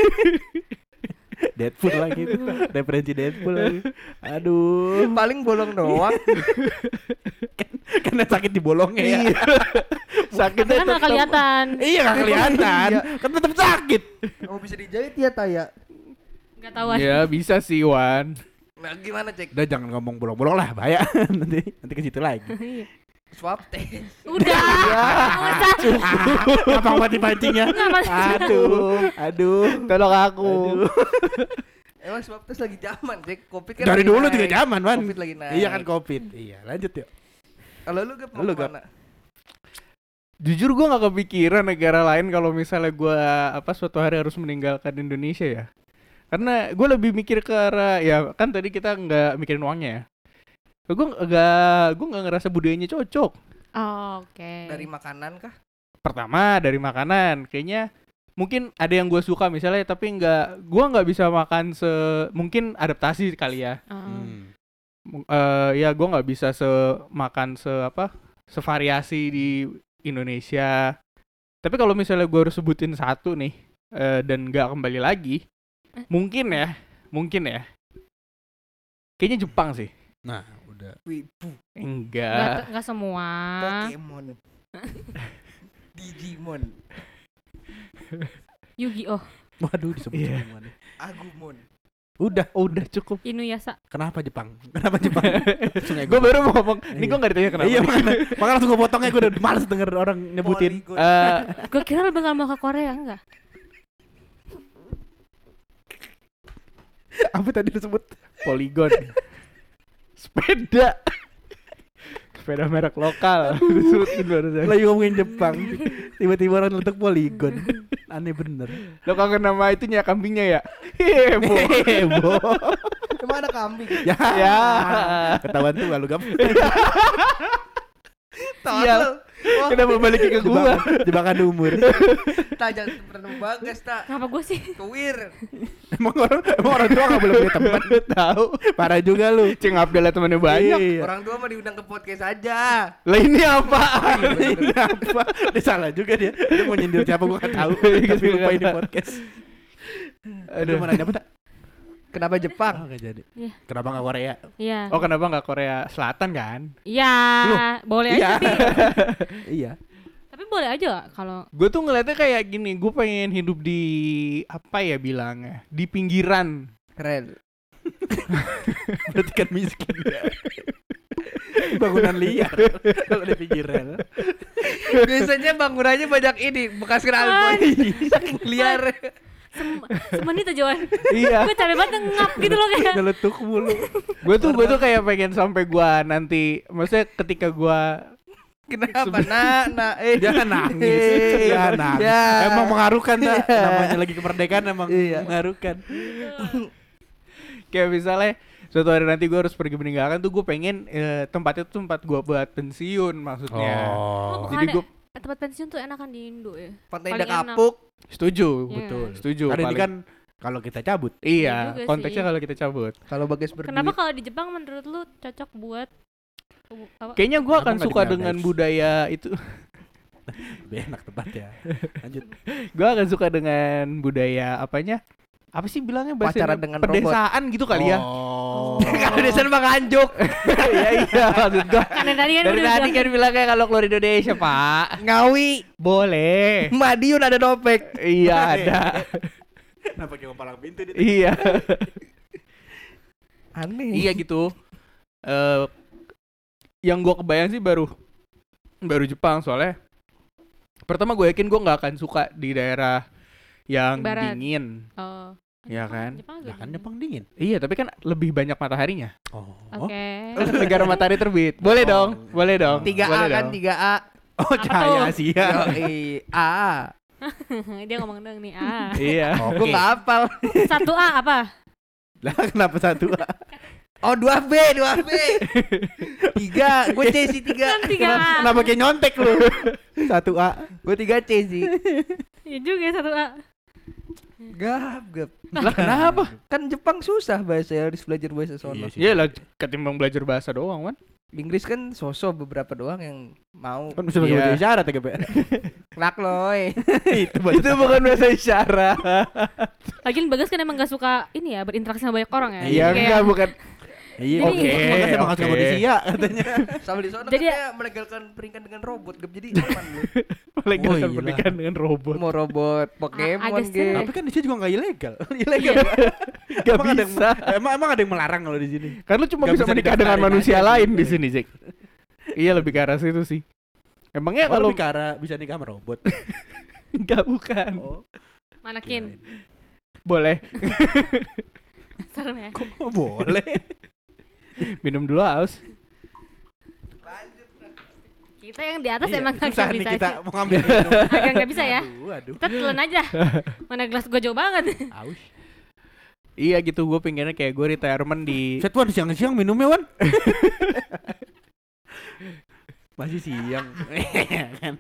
Deadpool lagi itu. Referensi Deadpool lagi. Aduh. Paling bolong doang. Karena sakit di bolongnya ya. Kan Sakitnya enggak kelihatan. Iya gak kelihatan. Kan tetap sakit. Oh bisa dijahit ya Taya? Enggak tahu. Ya bisa sih Wan. Nah gimana cek? Udah jangan ngomong bolong-bolong lah, bahaya. nanti ke situ lagi. Swab test. Udah. Enggak usah. Gampang banget dipancingnya. Nggak, maksudnya. Aduh. Tolong aku. Emang swab test lagi zaman cek. Covid kan Dari lagi dulu naik. juga zaman, Wan. Covid lagi naik. Iya kan Covid. Iya, lanjut yuk. Kalau lu Gap mau Lu, Gap. kemana? Jujur gue gak kepikiran negara lain kalau misalnya gue suatu hari harus meninggalkan Indonesia ya. Karena gue lebih mikir ke arah ya kan tadi kita nggak mikirin uangnya ya. Gue nggak ngerasa budayanya cocok. Oh, oke. Dari makanan kah? Pertama dari makanan, kayaknya mungkin ada yang gue suka misalnya, tapi gue nggak bisa makan mungkin adaptasi kali ya. Ya gue nggak bisa makan sevariasi di Indonesia. Tapi kalau misalnya gue harus sebutin satu nih dan nggak kembali lagi, mungkin ya, kayaknya Jepang sih. Nah, udah. Wibu. Enggak. Enggak semua. Pokemon. Digimon, Yu-Gi-Oh, Waduh disebut Iya. semuanya. Agumon. Udah cukup. Inuyasha. Kenapa Jepang? Kenapa Jepang? Langsung Gue baru mau ngomong, ini gue gak ditanya kenapa. Iya makanya langsung gue potongnya, gue udah males denger orang nyebutin. Polygon. Gue kira lu bakal mau ke Korea enggak? Apa tadi disebut? Polygon. Sepeda merek lokal. Disebutin barusan. Lagi ngomongin Jepang, tiba-tiba orang letak Polygon. Aneh bener. Lo kangen nama itunya kambingnya ya? Hebo. Hebo. Kemana kambing? Ya. Ya. Ketahuan tuh lu gap. Sial. Kenapa balik ke gua? Jebakan umur. Tajam pernah bagas tak. Kenapa gue sih? Kewir. emang orang tua gak boleh punya teman. Tahu. Parah juga lu. Ceng Abdel temannya banyak. Iya. Orang tua mah diundang ke podcast aja. Lah ini apa? Ini apa? Dia salah juga dia. Dia mau nyindir siapa gua gak tahu. Tapi lupa ini podcast. Aduh, mau nanya apa tak? Kenapa Jepang? Oh, gak jadi. Iya. Kenapa gak Korea? Iya. Oh kenapa nggak Korea Selatan kan? Iya, boleh Iya. aja sih. Iya. Tapi boleh aja kalau Gue tuh ngeliatnya kayak gini, gue pengen hidup di apa ya bilangnya, di pinggiran. Keren. Berarti kan miskin ya. Bangunan liar kalau di pinggiran. Biasanya bangunannya banyak ini bekas knalpot. Saking liar. semenit aja Wan. Iya. Gue capek banget ngap gitu loh kayak. Ngeletuk mulu. Gue tuh kayak pengen sampai gue nanti, maksudnya ketika gue Kenapa? Jangan nangis. Jangan nangis. Ya. Emang mengharukan dah. Namanya lagi kemerdekaan emang Iya. mengharukan. kayak misalnya suatu hari nanti gue harus pergi meninggalkan tuh, gue pengen tempat itu tempat gue buat pensiun maksudnya. Oh, Jadi bukan gue tempat pensiun tuh enakan di Indo ya. Pantai Paling Indah enak. Kapuk. setuju, Iya. betul, setuju. Karena ini Paling- kan kalau kita cabut. Iya iya, juga konteksnya sih. kalau kita cabut. Kalau Bagas berdua. Kenapa kalau di Jepang menurut lu cocok buat apa? Kayaknya gue Kenapa akan nggak suka di dengan Maldives? budaya itu. Lebih enak tempat ya. Lanjut. Gue akan suka dengan budaya apanya? Apa sih bilangnya bahasa Pacaran Indo- dengan pedesaan gitu kali ya? Oh. Kalau desa mah nganjuk. Iya maksud gue. Kan dari tadi kan Dari udah tadi bilang. kan bilangnya kalau keluar Indonesia Pak. Ngawi. Boleh. Madiun ada Dopek. Iya ada. Kenapa kayak palang pintu dia? Iya. Aneh. Iya gitu. Yang gue kebayang sih baru Jepang, soalnya pertama gue yakin gue nggak akan suka di daerah yang Barat. dingin. Oh. Iya Jepang- kan? Jepang Lah agak kan dingin. Jepang dingin. Iya tapi kan lebih banyak mataharinya. Oh. Oke. Kan negara matahari terbit. Boleh dong, boleh dong. 3A boleh kan dong. 3A. Oh, Apa cahaya tuh? Asia. Yoi. A. Dia ngomong dong nih. Ah. Iya. Gue nggak hafal. 1A apa? Lah kenapa satu? Oh 2B 2B. 3. Gue C sih 3. Kan 3A. Kenapa kayak nyontek lu? 1A. Gue 3C sih. Iya juga 1A. Gap. Lah kenapa? Kan Jepang susah bahasa, harus belajar bahasa sono. Iya sih. Iya lah ketimbang belajar bahasa doang kan. Inggris kan sosok beberapa doang yang mau. Kan bisa pakai Iya. bahasa isyarat ya, GP. Kelak loy. Itu bahasa. Itu bukan bahasa isyarat. Lagian Bagas kan emang gak suka ini ya berinteraksi sama banyak orang ya. Iya Kayak- enggak bukan. Iya, Jadi- makanya emang harus oke. ke manusia katanya. Sama di sono Jadi- katanya melegalkan pernikahan dengan robot. Gap jadi aman lu. Melegalkan gila. pernikahan dengan robot. Mau robot Pokemon agak gitu. Tapi kan di sini juga nggak ilegal. Ilegal. Gak Emang ada yang bisa. emang ada yang melarang kalau di sini. Kan lu cuma Nggak bisa bisa menikah dengan didaftarin manusia aja lain sih. di sini, Jack. Iya lebih ke arah situ sih. Emangnya Kalau kalau bisa nikah sama robot. enggak bukan. Oh, Manakin. Boleh. Serem ya. kok boleh? Minum dulu haus. Kita yang di atas Iya, emang susah agak nih bisa kita sih. mau ngambil minum. Agak nggak bisa ya. Aduh. Kita telan aja. Mana gelas gue jauh banget. Aus. Iya gitu, gue pengennya kayak gue retirement di Set Wan siang-siang minumnya Wan. Masih siang. Kan.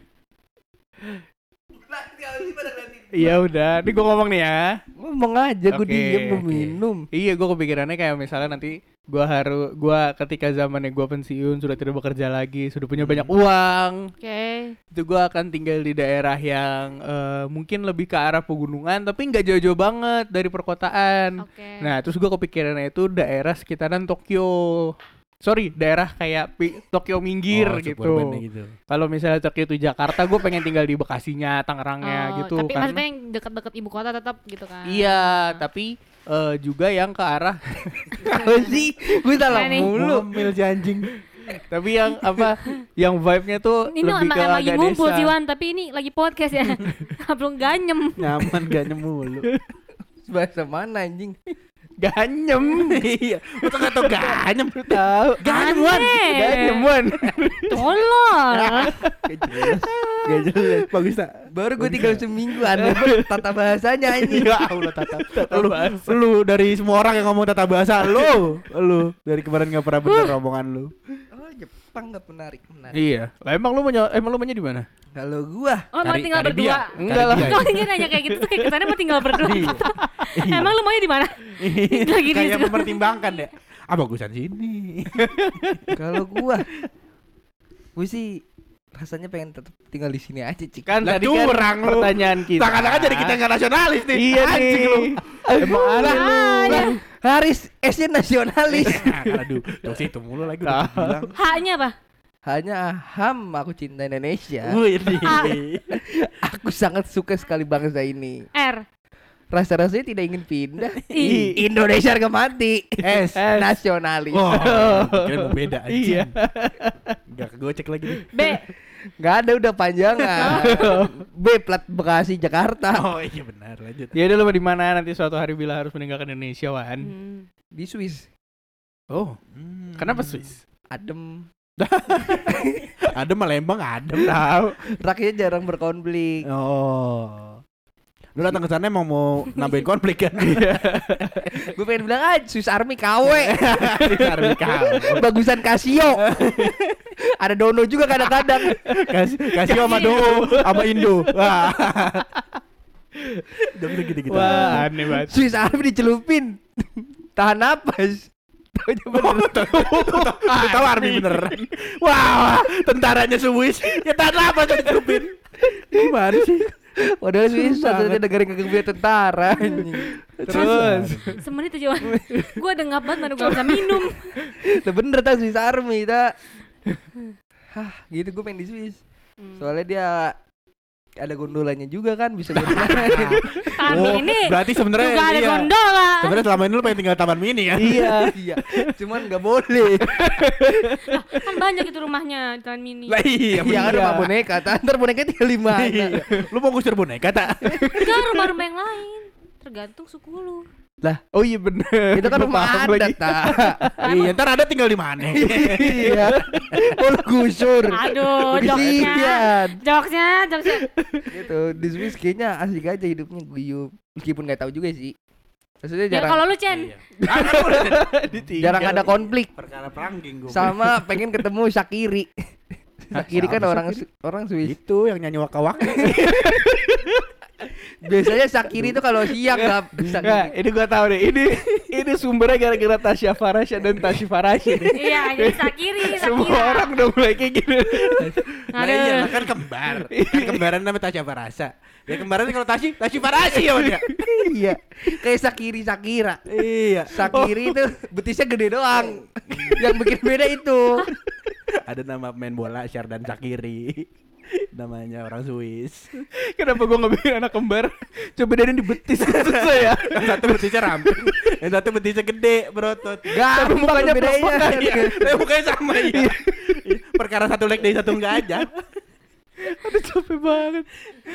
Iya udah, ini gue ngomong nih ya. Ngomong aja gue Oke, diem gue oke. minum. Iya, gue kepikirannya kayak misalnya nanti gue ketika zamannya gue pensiun sudah tidak bekerja lagi, sudah punya banyak uang, Oke. itu gue akan tinggal di daerah yang mungkin lebih ke arah pegunungan, tapi nggak jauh-jauh banget dari perkotaan. Oke. Nah, terus gue kepikirannya itu daerah sekitaran Tokyo. daerah kayak Tokyo minggir gitu. Kalau misalnya Tokyo itu Jakarta, gue pengen tinggal di Bekasinya, Tangerangnya gitu. Tapi karena maksudnya yang dekat-dekat ibu kota tetap gitu kan. iya, tapi juga yang ke arah Apa sih? Gue salah Nah, nih. mulu. Ngomel si anjing. tapi yang apa yang vibe-nya tuh Ini lebih ke emang lagi agak ngumpul desa. sih Wan, tapi ini lagi podcast ya. Belum ganyem. Nyaman gak nyemulu. Bahasa mana anjing? Ganyem. Iya. Lu tuh gak tau ganyem. Lu tahu. Ganyem Wan. Ganyem Wan. Tolol. Gak jelas. Bagus tak? Baru gue tinggal seminggu aneh banget tata bahasanya anjing. Ya Allah tata lu dari semua orang yang ngomong tata bahasa lu dari kemarin gak pernah bener omongan lu. Oh, Jepang enggak menarik. Iya. Lah emang lu maunya di mana? Kalau gua Oh, mau tinggal Karibia. berdua. Enggak lah. Kalau dia nanya kayak gitu tuh kayak kesannya mau tinggal berdua. Emang lu maunya di mana? Lagi di Kayak situ. mempertimbangkan ya. Ah bagusan sini. kalau gua sih rasanya pengen tetap tinggal di sini aja, Cik. Kan Lah, tadi kan curang lu. pertanyaan kita. Tangan-tangan jadi kita gak nasionalis nih. Iya Anjing nih. lu. Emang aneh lu. Lah, Haris S-nya nasionalis. Aduh, terus itu mulu lagi udah bilang. haknya apa? Hanya aku cinta Indonesia. Wih, Aku sangat suka sekali bangsa ini. R. Rasa-rasanya tidak ingin pindah. I. Indonesia harga mati. S. Nasionalis. Wah, kira mau beda aja. Iya. Gak kegocek lagi nih. B. Gak ada udah panjangan. B plat Bekasi Jakarta. Oh iya benar, lanjut. Ya udah lu di mana nanti suatu hari bila harus meninggalkan Indonesia, Wan? Di Swiss. Oh, kenapa Swiss? Adem. Adem Lembang adem tahu. Rakyatnya jarang berkonflik. Oh. Lu datang ke sana emang mau nambahin konflik kan? Gue pengen bilang Swiss Army KW. Cari kau. Bagusan Casio. Ada Dono juga kadang-kadang. Kasih sama Do sama Indo. Wah. Udah gitu-gitu. Wah, aneh banget. Swiss Army dicelupin. Tahan napas. Tahu Army beneran. Wah, tentaranya Swiss. Ya tahan apa tuh dicelupin? Gimana sih? Padahal Swiss satu-satunya negara yang kagak punya tentara. Terus Semenit aja Wan. Gue udah ngap banget mana gue bisa minum. Lah bener tak Swiss Army tak. Hah, gitu gue pengen di Swiss. Soalnya dia ada gondolanya juga kan, bisa berenang. Tapi ini berarti sebenarnya juga ada iya. gondola. Sebenarnya selama ini lu pengen tinggal taman mini kan? Iya, cuman nggak boleh. Kan banyak itu rumahnya di Taman Mini. Lah iya, Iya, ada rumah boneka. Ntar boneka tinggal di mana? Iya. Lu mau ngusir boneka tak? Enggak, rumah-rumah yang lain. Tergantung suku lu. oh iya bener. Itu kan Gua rumah paham adat lagi. tak. Iya, ntar ada tinggal di mana? Iya. Oh lu gusur. Aduh, Kesian. jokesnya. Gitu. Di Swiss kayaknya asik aja hidupnya guyup. Meskipun nggak tahu juga sih. Maksudnya Ya jarang kalau lu Chen, jarang ada konflik. Perkara perangking gua. Sama pengen ketemu Shakiri. Shakiri kan Siapa orang Swiss. Itu yang nyanyi waka-waka. Biasanya Shakiri itu kalau siang nggak bisa. Nggak, ini gua tahu deh. Ini sumbernya gara-gara Tasya Farasya dan Tasya Farasya nih. iya jadi Sakiri. Semua orang udah mulai kayak gini. Nah iya, kan kembar. Kan kembaran namanya Tasya Farasa. Ya kembaran kalau Tasya Farasi ya dia. Iya. Kayak Shakira. Iya. Shakiri itu betisnya gede doang. Yang bikin beda itu. Ada nama main bola Syardan Shakiri. Namanya orang Swiss. Kenapa gua nggak bikin anak kembar? Coba dari di betis susah ya. Yang satu betisnya ramping, yang satu betisnya gede, berotot. Gampang mukanya bedanya. Iya, tapi mukanya sama ya. Perkara satu leg dari satu enggak aja. Aduh capek banget.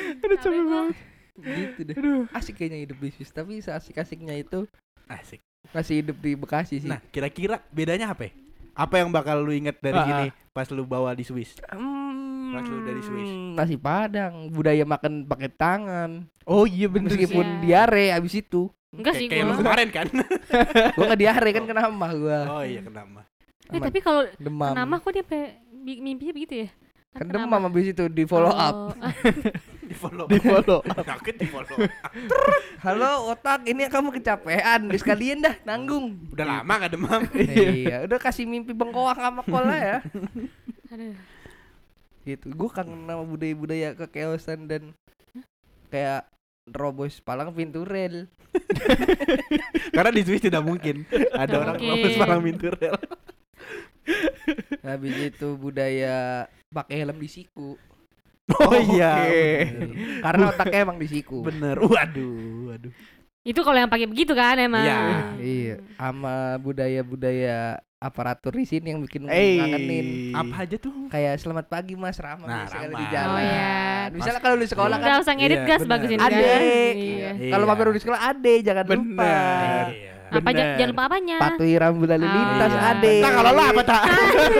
Gitu deh. Asik kayaknya hidup di Swiss, tapi seasik-asiknya itu Asik. masih hidup di Bekasi sih. Nah, kira-kira bedanya apa ya? Apa yang bakal lu inget dari sini pas lu bawa di Swiss? Pas lu dari Swiss. Nasi Padang, budaya makan pakai tangan. Oh iya bener sih. Meskipun Iya. diare abis itu. Enggak sih Kayak lu gua. kemarin kan? Gua nggak diare kan kena mah gua. Oh iya kenapa? Tapi kalau Demam. kenapa kok dia mimpinya begitu ya? Kan demam abis itu di follow up. Di follow. Takut di follow. Halo otak, ini kamu kecapean. Sekalian dah nanggung. Udah lama gak demam. Iya, udah kasih mimpi bengkoang sama kola ya. Aduh. Gitu. Gue kangen sama budaya-budaya kekeosan dan kayak robos palang pintu rel. Karena di Swiss tidak mungkin ada Nggak orang mungkin. lulus palang pintu rel. Habis itu budaya pakai helm di siku. Oh iya. Oke. Karena otaknya emang di siku. Bener. Waduh. Itu kalau yang pakai begitu kan emang. Iya. Iya, sama budaya-budaya aparatur di sini yang bikin ngangenin. Apa aja tuh? Kayak selamat pagi Mas Rama Nah, sekali Rama. di jalan. Oh, iya. Misalnya kalau di sekolah kan Nggak usah ngedit Iya, gas benar. bagusin kan. Adek. Iya. kalau Iya. mampir di sekolah ade jangan lupa. Iya. Apa Bener. jangan lupa apanya? Patuhi rambu lalu Oh, lintas iya. ade. Nah, kalau lo apa tak?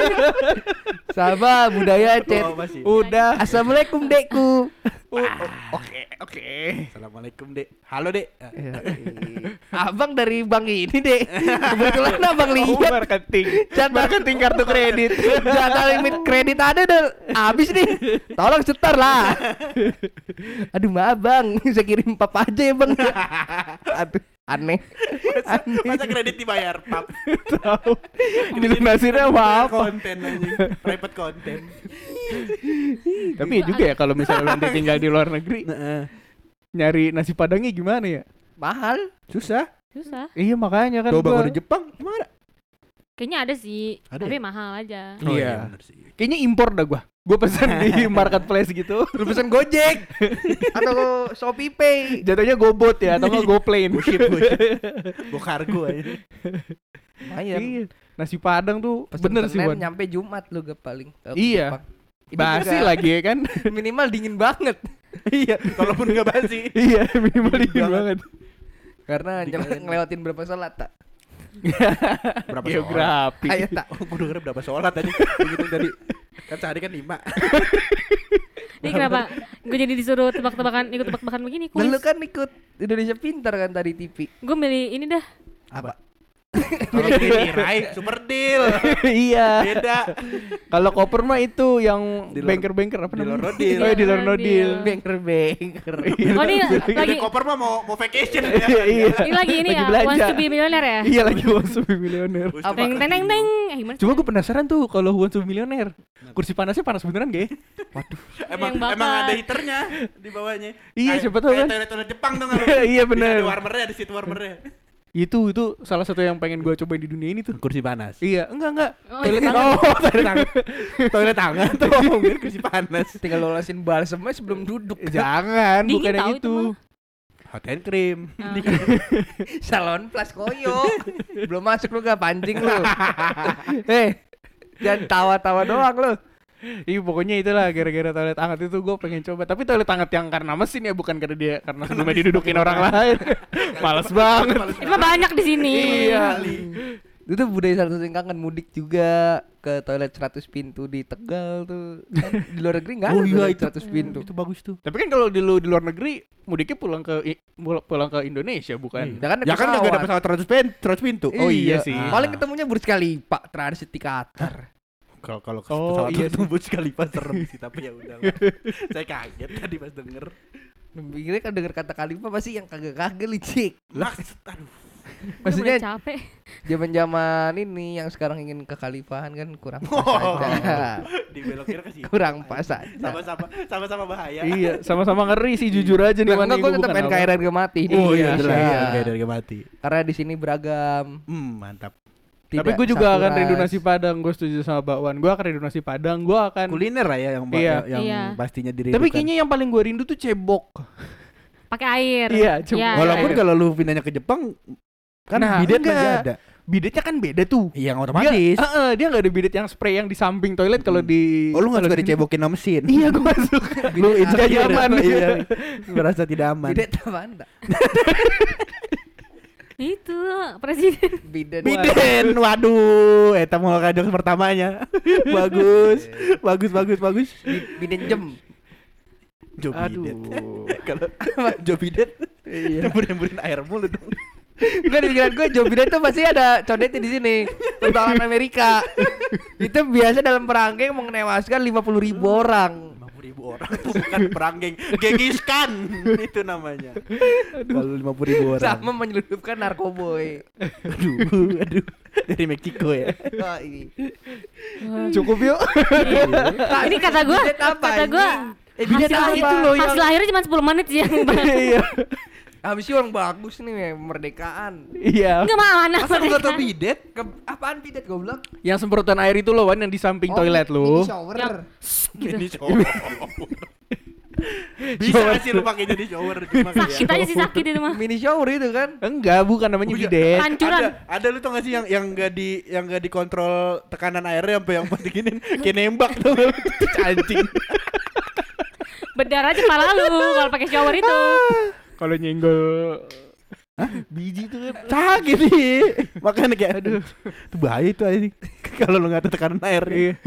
Sama budaya chat. Oh, masih. Udah. Assalamualaikum dekku. Oke. Assalamualaikum, Dek. Halo, Dek. Abang dari bank ini dek. Kebetulan abang Oh, lihat marketing kartu kredit. jatah limit kredit ada udah habis nih. Tolong setor lah. Aduh maaf bang, saya kirim papa aja ya bang. Aduh aneh. Masa kredit dibayar, Pap? Tahu. Dilunasinnya apa? Konten anjing. Private konten. Tapi ya juga ya kalau misalnya nanti tinggal di luar negeri, nyari nasi padangnya gimana ya? Mahal. Susah. Susah. Iya makanya kan Coba gua- kalau di Jepang gimana? Kayaknya ada sih, Ada tapi ya? mahal aja. Oh, Iya. bener sih. Kayaknya impor dah gua pesan di marketplace gitu. Lu pesen Gojek atau Shopee Pay. Jatuhnya GoBot ya atau nggak GoPlane. Go kargo aja. Lumayan. Iya. Nasi Padang tuh Pesen bener sih Senin Wan. nyampe Jumat lu gak paling. Kalau Iya. Jepang. Ini Basi juga lagi ya kan? minimal dingin banget. Iya, kalaupun enggak basi. Iya minimal dingin banget. banget. Karena Dingin. ngelewatin berapa sholat tak? Berapa Geografi. Ayo tak. Oh, gue denger berapa sholat tadi. Begitu tadi. Kan sehari kan 5. Ini kenapa gue jadi disuruh ikut tebak-tebakan begini kuis. Lu kan ikut Indonesia Pintar kan tadi TV. Gue milih ini dah. Apa? Kalau ini Rai, super deal. Iya. Beda. Kalau koper mah itu yang Dealer- banker apa dealer namanya? no deal. Oh, dealer no deal. Banker. Oh ini Jadi lagi koper mah mau vacation Iya, ya. iya. ini lagi ini Lagi ya. belanja. Wants to be millionaire ya. Iya lagi wants to be millionaire. Teng teng teng teng. Gimana? Cuma gue penasaran tuh kalau wants to be millionaire. Kursi panasnya panas beneran gak ya? Waduh. Emang Yang bakar. emang ada heaternya di bawahnya. Iya, Kayak- siapa tahu kayak kan. toilet Jepang dong lu. Iya, bener. Ada warmernya, di situ warmernya. Itu salah satu yang pengen gue cobain di dunia ini tuh. Kursi panas. Iya, enggak. Oh, Toilet iya. tangan. Toilet tangan. Toilet tangan tuh. Biar kursi panas. Tinggal lolosin balsemnya sebelum duduk. Jangan, Dingin bukan yang tahu itu itu. mah. Hot and cream. Ah. Salon plus koyo. Belum masuk lu gak pancing lu. Jangan tawa-tawa doang lu. Iya pokoknya itulah gara-gara toilet hangat itu gue pengen coba. Tapi toilet hangat yang karena mesin ya, bukan karena sebelumnya didudukin orang lain. Males banget. Itu mah banyak di sini. Iya. Itu budaya satu yang kangen mudik juga ke toilet 100 pintu di Tegal tuh. Kan di luar negeri enggak ada toilet 100 pintu. Itu bagus tuh. Tapi kan kalau di luar negeri mudiknya pulang ke Indonesia bukan? Ya kan Ya kan enggak ada pesawat 100 pintu. Oh iya sih. Paling ketemunya Burj Khalifa transit di Qatar. Kalau Oh, pesawat iya itu Burj Khalifa serem sih, tapi ya udah. Saya kaget tadi pas denger. Pikirnya kan denger kata Khalifa pasti yang kagak-kagak licik. Lah, aduh. Maksudnya Maksudnya capek. zaman-zaman ini yang sekarang ingin kekalifahan kan kurang pas Oh. aja. Dibelokir ke situ. Kurang pas aja. Sama-sama bahaya. Iya, sama-sama ngeri sih jujur aja nih. Enggak, gue tetap NKRI harga mati di Oh iya, Indonesia. jelas. Kayak dari mati. Karena di sini beragam. Mantap. Tidak Tapi gue juga akan sakuras. rindu nasi Padang. Gue setuju sama Mbak Wan. Gue akan rindu nasi Padang. Gue akan. Kuliner lah ya yang Iya. yang Iya. pastinya dirindukan. Tapi kayaknya yang paling gue rindu tuh cebok. Pakai air. Iya, cuma- Iya, walaupun iya. kalau lu pindahnya ke Jepang kan Nah, bidet enggak. masih ada. Bidetnya kan beda tuh. Yang otomatis. Dia nggak ada bidet yang spray yang di samping toilet kalau di. Oh lu nggak kalau suka di- dicebokin sama mesin? Iya gue masuk. Lu insecure. nyaman. Iya. Merasa tidak aman. Bidet apaan dah? Itu presiden. Bidet. Biden, waduh, eta mau kajok pertamanya. bagus. Bidet jem. Jo Aduh. bidet. Kalau Jo bidet, nyembur-nyemburin air mulu dong. Enggak di pikiran gue Joe Biden tuh pasti ada conetnya di sini. Pertahanan Amerika. Itu biasa dalam perang geng menewaskan 50.000 orang. 50.000 orang itu bukan perang geng, Gengiskan itu namanya. Kalau 50.000 orang. Sama menyelundupkan narkoboy. Aduh, dari Meksiko ya. Oh, ini. Cukup yuk. Ini kata gue, Bidet apa, kata gue. Bidet hasil apa? itu loh hasil akhirnya cuma 10 menit sih yang Iya. Habis itu orang bagus nih kemerdekaan. Iya. Enggak mana Masa lu gak tau mereka. bidet? Apaan bidet goblok? Yang semprotan air itu loh, Wan, yang di samping toilet lu. Mini shower. Gitu. Mini shower. Bisa gak sih lu pakai jadi shower cuma Sakit aja sih sakit itu mah. Mini shower itu kan. Enggak, bukan namanya Bukan. bidet. Pancuran. Ada lu tau gak sih yang gak dikontrol tekanan airnya sampai yang pasti gini kayak nembak tuh anjing. Bedar aja kepala lu kalau pakai shower itu. Kalau nyenggol biji tuh kan Sakit nih. Makanya kayak aduh, itu bahaya itu anjing. Kalau lu gak ada tekanan air.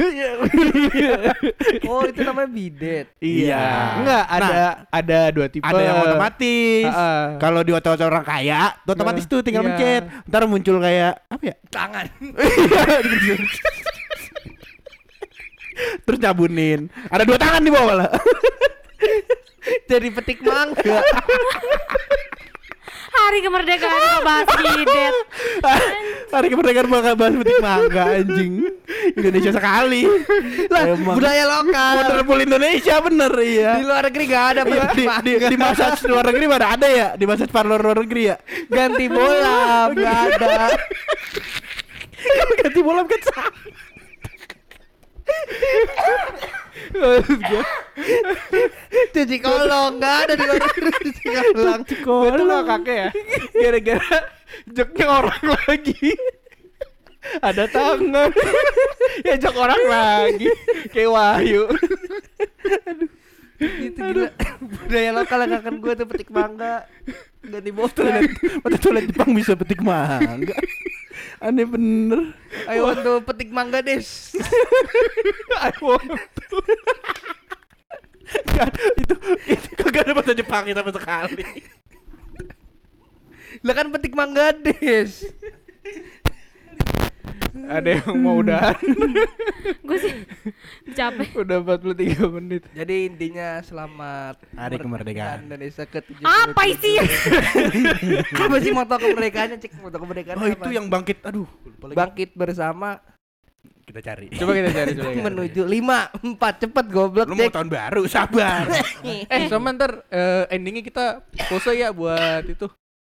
Oh, itu namanya bidet. Iya. Enggak, ada dua tipe. Ada yang otomatis. Heeh. Kalau di hotel orang kaya, tuh otomatis tuh tinggal Iya. mencet. Ntar muncul kayak apa ya? Tangan. Terus nyabunin. Ada 2 tangan di bawah lah. Jadi petik mangga. Hari kemerdekaan kok bahas bidet. Hari kemerdekaan bakal bahas petik mangga anjing. Indonesia sekali. Lah, Emang. budaya lokal. Wonderful Indonesia bener iya. Di luar negeri gak ada petik mangga. Di massage luar negeri mana ada ya? Di massage parlor luar negeri ya? Ganti bola, gak ada. Ganti bola kan sama. Cuci kolong gak ada di luar negeri. Cuci kolong. Gue tuh gak kakek ya. Gara-gara joknya orang lagi. Ada tangan. Ya jok orang lagi. Kayak Wahyu. Itu gila. Budaya lokal yang akan gue tuh petik mangga. Ganti bola. Toilet Jepang bisa petik mangga. Aneh bener. Ayo untuk petik mangga des. itu kagak ada bahasa Jepang sama sekali. Lah kan petik mangga des. Ada yang mau udahan. Gue sih capek. Udah 43 menit. Jadi intinya selamat Hari kemerdekaan. Indonesia ke-77. Apa isinya? Apa sih moto kemerdekaannya? Cek moto kemerdekaan. Oh itu yang bangkit. Aduh, lupa lagi. bangkit bersama Kita cari. Coba kita cari coba. menuju 5, 4 cepet goblok Lu mau cek. tahun baru, sabar. Sama ntar endingnya kita pose ya buat itu.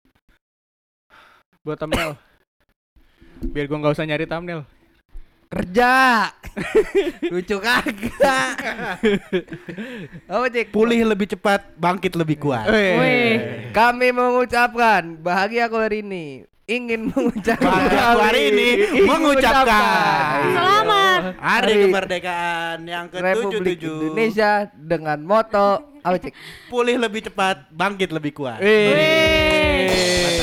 Buat thumbnail. Biar gua nggak usah nyari thumbnail. Kerja. Lucu kagak. Apa cek? Pulih lebih cepat, bangkit lebih kuat. Weh. Kami mengucapkan bahagia aku hari ini. Ingin mengucapkan Bahagia aku hari ini mengucapkan Selamat. Hari kemerdekaan yang Republik ke-77. Indonesia dengan moto apa cek? Pulih lebih cepat, bangkit lebih kuat. Weh.